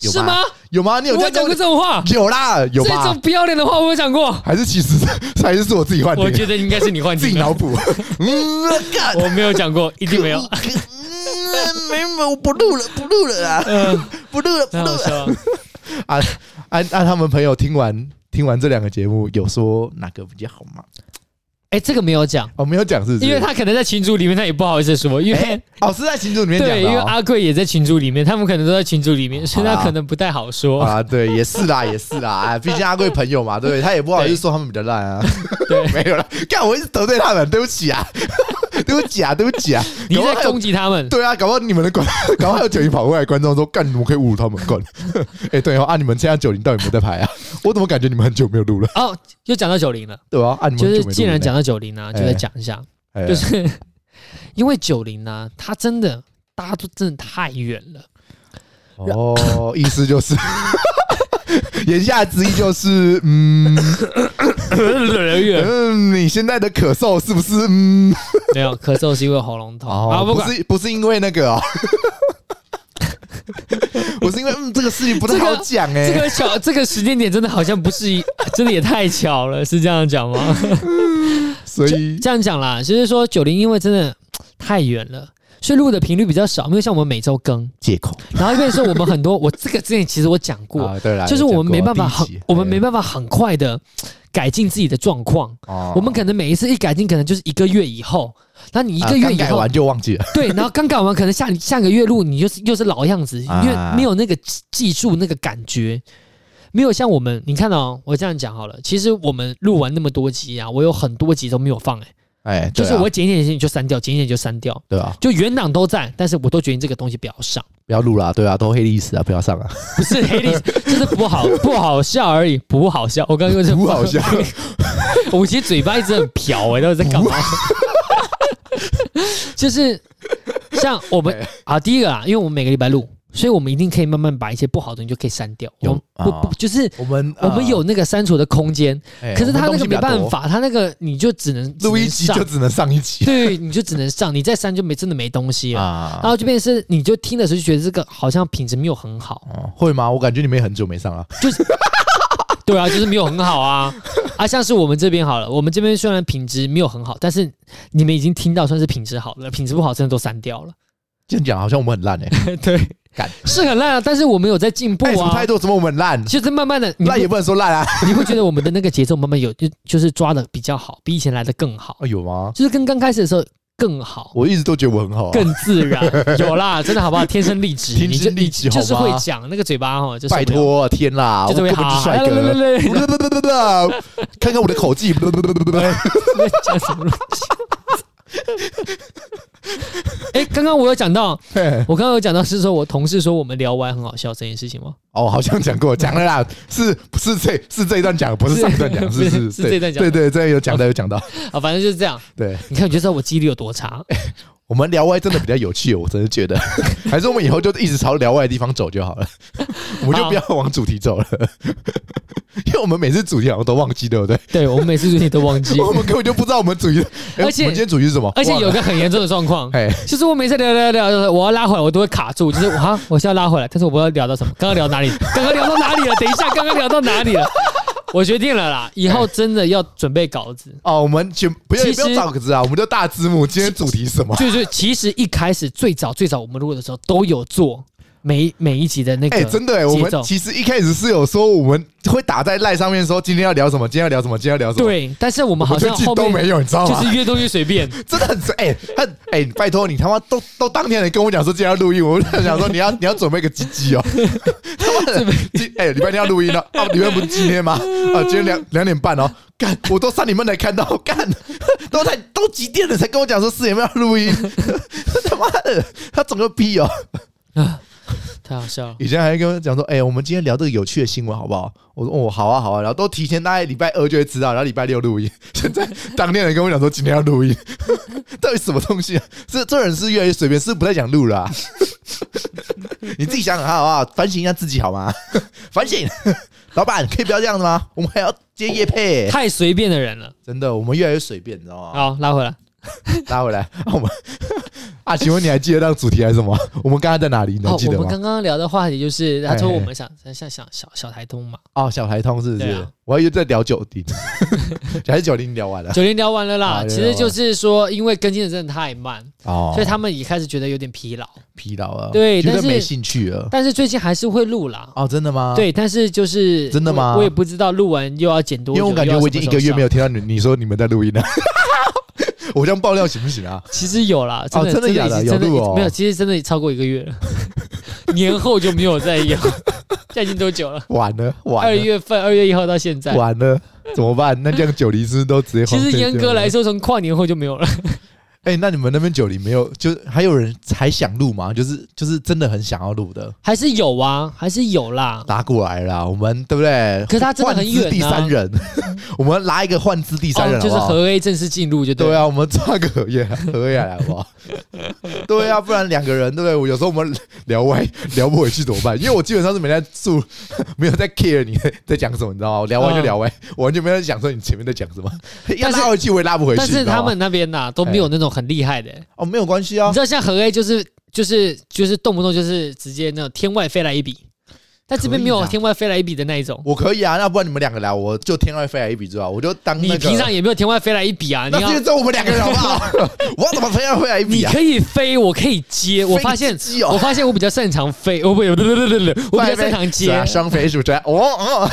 有是吗？ 有吗？你有我讲过这种话？ 有啦，有吧？ 这种不要脸的话我有讲过， 还是其实还是是我自己幻听？ 我觉得应该是你幻听， 自己脑补。嗯， 我没有讲过，一定没有。 没有，我不录了，不录了啊！嗯、不录了，不录了。啊啊啊！他们朋友听完听完这两个节目，有说哪个比较好吗？ 哎、欸，这个没有讲， 哦，没有讲是不是？ 因为他可能在群组里面，他也不好意思说，因为、欸、 哦是在群组里面讲的、哦， 对，因为阿贵也在群组里面，他们可能都在群组里面，所以他可能不太好说啊。对，也是啦，也是啦，毕竟阿贵朋友嘛，对不对？他也不好意思说他们比较烂啊。对，没有啦，干我一直得罪他们，对不起啊。对不起啊，对不起啊！ 你在攻击他们？对啊，搞不好你们的观，搞不好有九零跑过来观众说：“干，你们可以侮辱他们干。”哎、欸，对哦，啊，你们现在九零到底有没有在排啊？我怎么感觉你们很久没有录了？ 哦，又讲到九零了， 对啊，啊你们就是既然讲到九零呢，就再讲一下，欸、就是因为九零呢，它真的大家都真的太远了。 哦，意思就是。言下之意就是，嗯，嗯，你现在的咳嗽是不是？嗯， 没有，咳嗽是因为喉咙痛、 哦、啊，不是，不是因为那个哦，我是因为嗯，这个事情不太好讲哎、 欸，这个巧，这个时间点真的好像不是，真的也太巧了，是这样讲吗？ 所以这样讲啦，就是说九零因为真的太远了。所以录的频率比较少，没有像我们每周更借口。 然后一边说我们很多，我这个之前其实我讲过，啊、 对啦， 就是我们没办法很，我们没办法很快的改进自己的状况。哦、我们可能每一次一改进，可能就是一个月以后。那你一个月以后、 啊、改完就忘记了， 对，然后刚改完，可能下下个月录你就是又是老样子，因为没有那个技术那个感觉。没有像我们，你看哦，我这样讲好了，其实我们录完那么多集啊，我有很多集都没有放哎、欸。 哎，啊、 就是我剪一剪就删掉，剪一剪就删掉， 对啊， 就原档都在，但是我都决定这个东西不要上， 不要录啦，对啊，都黑历史啊，不要上啊， 不是黑历史，就是不好不好笑而已，不好笑。我刚刚说不好笑， 我其实嘴巴一直很瓢哎、欸，到底在干嘛？就是像我们啊，第一个啊，因为我们每个礼拜录。所以我们一定可以慢慢把一些不好的东西就可以删掉。我们不不就是我们我们有那个删除的空间，可是他那个没办法，他那个你就只能录一集就只能上一集， 对，你就只能上，你再删就没真的没东西了。然后就变成是你就听的时候就觉得这个好像品质没有很好， 会吗？我感觉你们也很久没上了， 就是对啊，就是没有很好啊啊，像是我们这边好了，我们这边虽然品质没有很好，但是你们已经听到算是品质好的，品质不好真的都删掉了。 这样讲好像我们很烂哎、欸， 对。是很烂啊，但是我们有在进步啊。 什么态度？怎么我们烂？ 就是慢慢的， 烂也不能说烂啊。 你会觉得我们的那个节奏慢慢有，就就是抓的比较好，比以前来的更好。 啊，有吗？ 就是跟刚开始的时候更好。 我一直都觉得我很好、啊， 更自然。有啦，真的好不好？天生丽质， 天生丽质， 就是会讲那个嘴巴哈，就是拜托天啦， 就是会好。 帅哥，看看我的口技， 讲什么东西？哎、欸，刚刚我有讲到，我刚刚有讲到是说我同事说我们聊完很好笑这件事情吗？ 哦，好像讲过，讲了啦，是不是这是这一段讲，不是上一段讲，是是是这一段讲， 对对，这有讲到有讲到， 啊，反正就是这样。 对， 你看，你就知道我记忆力有多差。 我们聊外真的比较有趣，我真的觉得，还是我们以后就一直朝聊外的地方走就好了，我们就不要往主题走了，因为我们每次主题好像都忘记，对不对？ 对，我们每次主题都忘记， 我们根本就不知道我们主题， 而且我们今天主题是什么？ 而且有个很严重的状况，就是我每次聊聊聊，我要拉回来，我都会卡住，就是我我是要拉回来，但是我不知道聊到什么，刚刚聊哪里？刚刚聊到哪里了？等一下，刚刚聊到哪里了？我决定了啦，以后真的要准备稿子哦。我们就不要不要找稿子啊，我们就大字幕。今天主题是什么？ 就是其实一开始最早最早我们录的时候都有做每每一集的那个，哎， 真的哎，我们其实一开始是有说我们会打在赖上面说今天要聊什么，今天要聊什么，今天要聊什么。 对，但是我们好像后面都没有，你知道吗？ 就是越多越随便， 真的很哎，他哎，拜托你他妈都都当天人跟我讲说今天要录音，我就想说你要你要准备个鸡鸡哦。哎，礼拜天要录音了啊！礼拜不是今天吗？啊，今天两两点半哦，干，我都三点半才看到，干，都才都几点了才跟我讲说四点半要录音，他妈的，他整个逼哦， 啊，太好笑了。 以前还跟我讲说，哎、欸，我们今天聊这个有趣的新闻好不好？我说哦，好啊，好啊，然后都提前大概礼拜二就会知道，然后礼拜六录音。现在当天人跟我讲说今天要录音，到底什么东西啊？这这人是越来越随便，是不太想录了、啊。你自己想想看好不好？反省一下自己好吗？反省，老板可以不要这样子吗？我们还要接业配、欸， 太随便的人了， 真的，我们越来越随便，你知道吗？ 好，拉回来， 拉回来，我们啊，请问你还记得那个主题还是什么？我们刚刚在哪里？你还记得吗？ 哦、我们刚刚聊的话题就是他说我们想像想小小台通嘛。 哦，小台通是不是？啊、我还以为在聊九零，还是九零聊完了？ 九零聊完了啦。啊、其实就是说，因为更新的真的太慢，哦，所以他们也开始觉得有点疲劳， 疲劳了。 对， 觉得没兴趣了。 但是最近还是会录啦。 哦，真的吗？ 对，但是就是真的吗？ 我也不知道录完又要剪多久， 因为我感觉我已经一个月没有听到你你说你们在录音了。我这样爆料行不行啊？ 其实有啦，真的、 哦、真的假的？有录哦？ 没有，其实真的超过一个月了，年后就没有再有。现在已经多久了？ 晚了，晚了。 二月份，二月一号到现在， 晚了，怎么办？那这样九零是都直接。 其实严格来说，从跨年后就没有了。 哎、欸，那你们那边九零没有？就还有人还想录吗？就是就是真的很想要录的， 还是有啊，还是有啦。 打过来啦，我们对不对？ 可是他真的很远、啊。 第三人，我们拉一个换资第三人好不好、 哦，就是合 A 正式进入就对。 对啊，我们抓个合 A 合 A 来好不好？对啊，不然两个人对不对？我有时候我们聊歪聊不回去怎么办？因为我基本上是没在注，没有在 care 你在讲什么，你知道吗？我聊完就聊歪，嗯、我完全没有在想说你前面在讲什么。要拉回去我也拉不回去。 但是他们那边呐、啊、都没有那种很厉害的、欸。 哦，没有关系啊。 你知道像合 A 就是就是就是动不动就是直接那种天外飞来一笔，但这边没有天外飞来一笔的那一种。 我可以啊，那不然你们两个来，我就天外飞来一笔之后，我就当、那個、 你平常也没有天外飞来一笔啊。 那今天只有我们两个人好不好？我要怎么天外飞来一笔、啊？ 你可以飞，我可以接。我发现， 哦、 我发现我比较擅长飞，我不不不不不不，我比较擅长接。 双飞是不是？哦哦。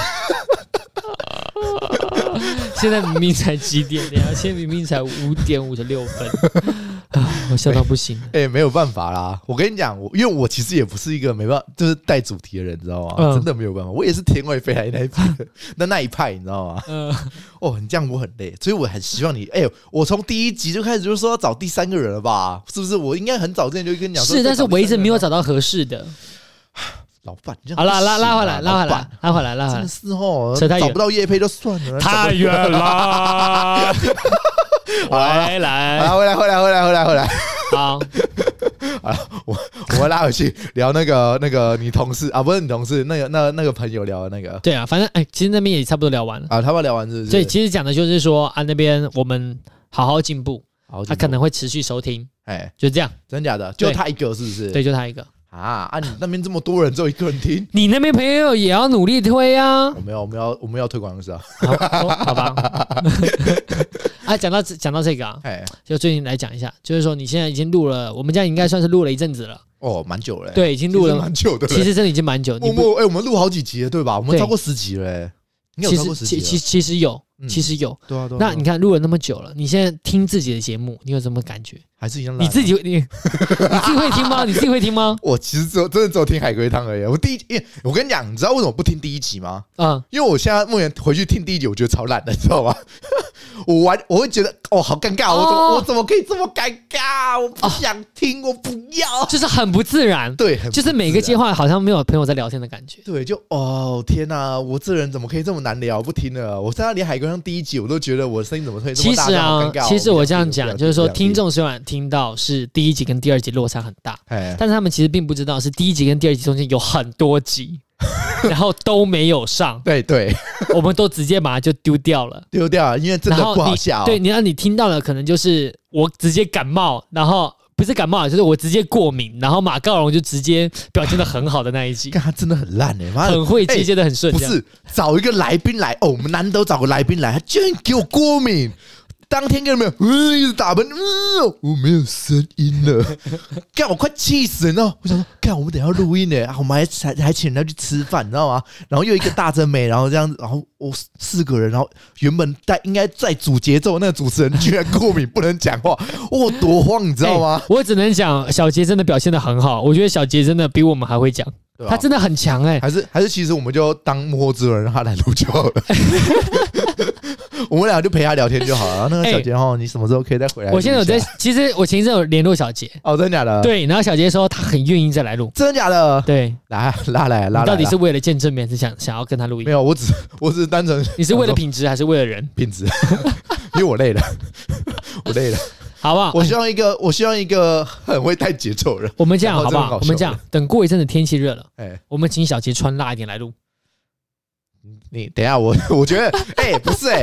现在明明才几点呀？现在明明才五点五十六分啊！我笑到不行。 哎、欸，没有办法啦！我跟你讲，我因为我其实也不是一个没办法，就是带主题的人，你知道吗？嗯、真的没有办法。我也是天外飞来那一派的，那那一派，你知道吗？嗯。哦，你这样我很累，所以我很希望你。哎、欸，我从第一集就开始就说要找第三个人了吧？是不是？我应该很早之前就跟你讲说。 是，但是我一直没有找到合适的。 老板， 好啦，拉拉回来，拉回来，拉回来，拉回来。 真的是哦，找不到业配就算了， 太远了。回来， 好，回来，回来，回来，回来，回来。 好， 好，我我们拉回去聊那个那个你同事啊，不是你同事，那个那那个朋友聊的那个。 对啊，反正哎、欸，其实那边也差不多聊完了啊，差不多聊完是不是？ 所以其实讲的就是说啊，那边我们好好进步，他可能会持续收听，哎、欸，就这样， 真假的，就他一个是不是？ 对，就他一个。 啊啊！你那边这么多人，只有一个人听， 你那边朋友也要努力推啊！ 我们要，我们要，我们要推广的是啊， 好, 哦、好吧。啊，讲到讲到这个啊，就最近来讲一下，就是说你现在已经录了，我们这样应该算是录了一阵子了。 哦，蛮久了、欸。 对，已经录了蛮久的。 其实真的已经蛮久。 我们哎、欸，我们录好几集了，对吧？我们超过十集了、欸。 其实其其其实有，其实有。对啊对啊。那你看录了那么久了，你现在听自己的节目，你有什么感觉？ 还是一样烂。 你自己你你自己会听吗？你自己会听吗？ 我其实只有真的只有听海龟汤而已。我第一，因为我跟你讲，你知道为什么不听第一集吗？嗯，因为我现在目前回去听第一集，我觉得超烂的，你知道吗？我完我会觉得哦，好尴尬，我怎么、哦、我怎么可以这么尴尬？我不想听，哦、我不要， 就是很不自然。 对，很就是每个接话好像没有朋友在聊天的感觉。 对，就哦天哪、啊，我这人怎么可以这么难聊？不听了，我现在连海龟汤第一集我都觉得我声音怎么会这么大？ 其实啊，其实我这样讲就是说，听众虽然听到是第一集跟第二集落差很大，但是他们其实并不知道是第一集跟第二集中间有很多集。然后都没有上， 对对， 我们都直接把它就丢掉了， 丢掉了，因为真的不好笑、哦。 对，你让你听到了，可能就是我直接感冒，然后不是感冒，就是我直接过敏，然后马告龙就直接表现得很好的那一集。 看他真的很烂哎、欸， 很会接，接得很顺、欸。 不是找一个来宾来哦，我们难得找个来宾来，他居然给我过敏。当天看到没有？嗯，一直打喷，嗯，我没有声音了，干我快气死了！我想说，干我们等一下录音呢，啊，我们还还还请人家去吃饭，你知道吗？然后又一个大真美，然后这样子，然后我四个人，然后原本在应该在主节奏，那个主持人居然过敏不能讲话，我多慌，你知道吗？ 欸、我只能讲小杰真的表现得很好，我觉得小杰真的比我们还会讲。他真的很强哎、欸， 还是还是其实我们就当幕后之人，让他来录就好了。我们俩就陪他聊天就好了。那个小杰哈，你什么时候可以再回来？ 我现在有在，其实我前一阵有联络小杰。 哦，真的假的？ 对，然后小杰说他很愿意再来录。 真的假的？ 对， 来拉来拉来。 到底是为了见证面，是想想要跟他录音？ 没有，我只我只是单纯。 你是为了品质还是为了人？ 品质，因为我累了，我累了。 好不好？ 我希望一个，我希望一个很会带节奏的人。 我们这样好不好？我们这样，等过一阵子天气热了，哎，我们请小杰穿辣一点来录。 你等一下，我我觉得，哎、欸，不是哎、欸，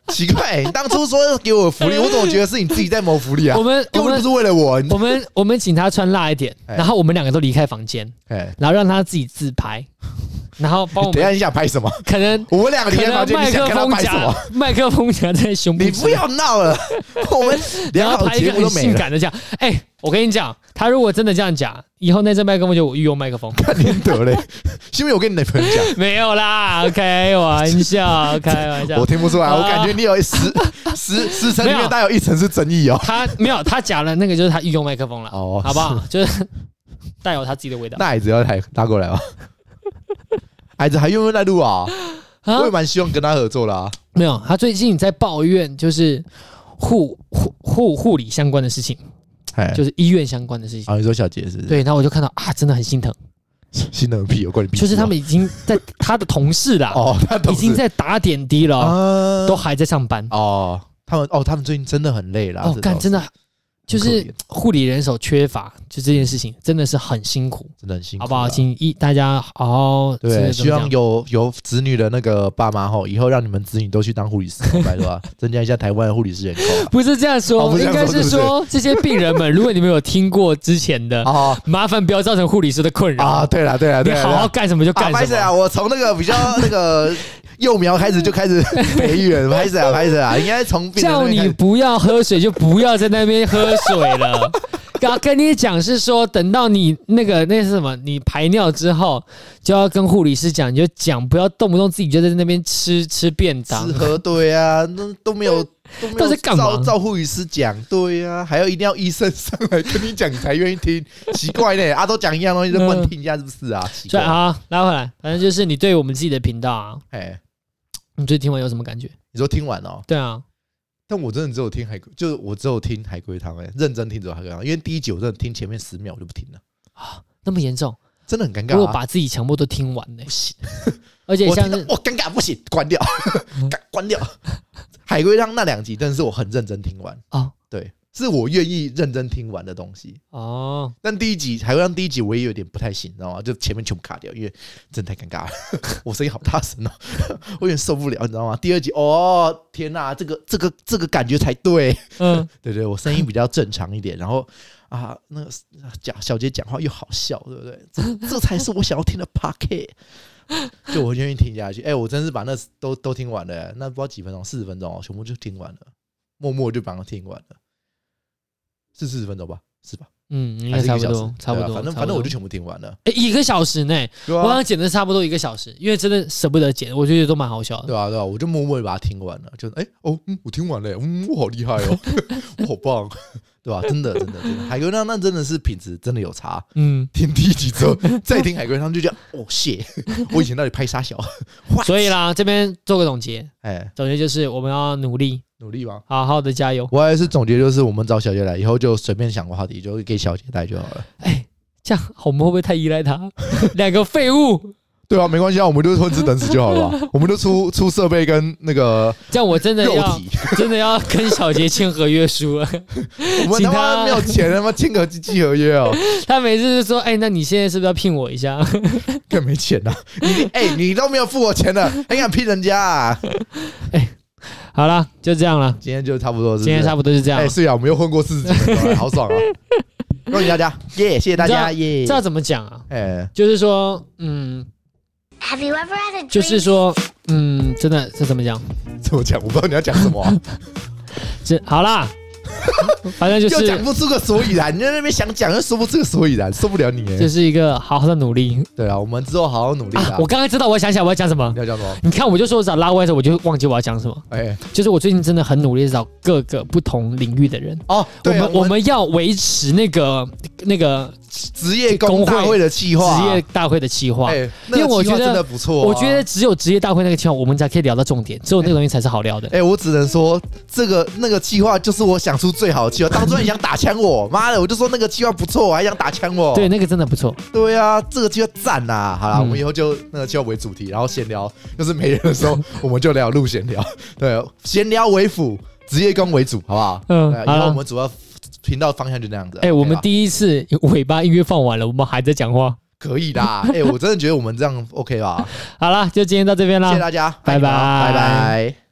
奇怪，你当初说要给我福利，我怎么觉得是你自己在谋福利啊？ 我们根本不是为了我。 我们我们请他穿辣一点，然后我们两个都离开房间，然后让他自己自拍，然后帮我们。 等一下你想拍什么？ 可能我们两个离开房间，你想跟他拍什么？ 麦克风夹在胸部。 你不要闹了，我们然后拍一个很性感的这样。哎、欸，我跟你讲，他如果真的这样讲，以后那支麦克风就我御用麦克风。 看你得嘞，是因为我跟你女朋友讲。 没有啦，开玩笑，开玩笑。 我听不出来，我感觉你有十十十层里面大有一层是争议哦。 他没有，他讲了那个就是他御用麦克风了，哦，好不好？就是带有他自己的味道。 那矮子要来拉过来吗？矮子还愿意来录啊？我也蛮希望跟他合作啦、啊。 没有，他最近在抱怨就是护护护护理相关的事情，就是医院相关的事情。 啊，你说小杰是不是？ 对，然后我就看到啊，真的很心疼。 心疼屁有关你屁事、啊。 就是他们已经在他的同事啦， 哦，他已经在打点滴了、啊，都还在上班。 哦，他们哦，他们最近真的很累啦。 哦，干真的。就是护理人手缺乏，就这件事情真的是很辛苦， 真的很辛苦、啊， 好不好？请一大家好好对，希望有有子女的那个爸妈吼，以后让你们子女都去当护理师，拜托啊，增加一下台湾的护理师人口、啊。 不是这样说，哦、应该是说这些病人们，如果你们有听过之前的，哦、麻烦不要造成护理师的困扰啊。对了对了， 你好好干什么就干什么。 不好意思啊，我从那个比较那个。幼苗开始就开始培育了，拍死啊拍死啊！应该从叫你不要喝水就不要在那边喝水了。刚跟你讲是说，等到你那个那是什么，你排尿之后就要跟护理师讲，你就讲不要动不动自己就在那边吃吃便当。 吃喝对啊，那都没有都没有照照护理师讲，对啊，还要一定要医生上来跟你讲你才愿意听，奇怪呢、欸、啊，都讲一样东西就不能听一下是不是啊？奇怪。 好，拉回来，反正就是你对我们自己的频道啊， 哎。 你最近听完有什么感觉？ 你说听完哦？ 对啊， 但我真的只有听海龟，就是我只有听海龟汤哎，认真听只有海龟汤，因为第一集我真的听前面十秒我就不听了啊，那么严重， 真的很尴尬、啊。 如果把自己全部都听完呢、欸？ 不行， 而且像是我尴尬不行，关掉，关掉。海龟汤那两集真的是我很认真听完啊、哦，对。是我愿意认真听完的东西哦，但第一集海龟汤第一集我也有点不太行，知道吗？就前面全部卡掉，因为真的太尴尬了，我聲音好大聲哦，我有點受不了，你知道嗎？第二集哦，天哪，這個這個這個感覺才對，嗯，對對，我聲音比較正常一點，然後啊，那個小杰講話又好笑，對不對？這這才是我想要聽的 Podcast， 就我願意聽下去。哎、欸，我真是把那都都聽完了，那不知道幾分鐘，四十分鐘哦，全部就聽完了，默默就把它聽完了。是四十分鐘吧，是吧？嗯，應該差不多，差不多。反正反正我就全部聽完了。哎、欸，一個小時內，我好像剪的差不多一個小時，因為真的捨不得剪，我覺得都蠻好笑的。對啊，對啊，我就默默把它聽完了，就哎、欸、哦，嗯，我聽完了，嗯，我好厲害哦，我好棒，對吧、啊？真的真的真的，海龜湯那真的是品質真的有差。嗯，聽第一集之後再聽海龜湯就覺得哦謝，我以前到底拍啥小？所以啦，這邊做個總結，哎、欸，總結就是我們要努力。努力吧，好好的加油。我還是總結就是，我們找小杰來以後就隨便想個話題，就給小杰帶就好了。哎、欸，這樣我們會不會太依賴他？兩個廢物。對啊，沒關係啊，我們就混吃等死就好了吧。我們就出出設備跟那個，這樣我真的要真的要跟小杰簽合約書了。我們他媽沒有錢，他媽簽個機器合約哦。他每次就說，哎、欸，那你現在是不是要聘我一下？更沒錢啊！你哎、欸，你都沒有付我錢了，還敢聘人家啊？哎、欸。好了，就這樣了。今天就差不多是不是，今天差不多是這樣。哎、欸，是啊，我們又混過四十幾分鐘，好爽啊！恭喜大家，耶、yeah, ！謝謝大家，耶！這要怎麼講啊？哎、欸，就是說，嗯，就是說，嗯，真的，這怎麼講？怎麼講？我不知道你要講什麼、啊。這好啦。反正就是又講不出個所以然，你在那邊想講又說不出個所以然，受不了你。就是一個好好的努力。對啊，我們之後好好努力啊。我剛才知道，我想起來我要講什麼。你要講什麼？你看，我就說我找拉歪的時候，我就忘記我要講什麼。哎、欸，就是我最近真的很努力找各個不同領域的人。哦，對啊，我們我們要維持那個那個職業工大會的企劃，職業大會的企劃。哎，因為我覺得真的不錯。我覺得只有職業大會那個企劃，我們才可以聊到重點，只有那個東西才是好聊的。哎，我只能說，這個那個企劃就是我想出最好的企劃。當初你想打槍我，媽的，我就說那個企劃不錯，我還想打槍我。對，那個真的不錯。對啊，這個企劃讚吶！好啦，嗯、我們以後就那個企劃為主題，然後閒聊，就是沒人的時候，我們就聊錄閒聊。對，閒聊為輔，職業工為主，好不好？嗯，以後我們主要頻道方向就那樣子。哎、欸，我們第一次尾巴音樂放完了，我們還在講話，可以啦。哎、欸，我真的覺得我們這樣 OK 吧？好啦，就今天到這邊啦，謝謝大家，拜拜，拜拜。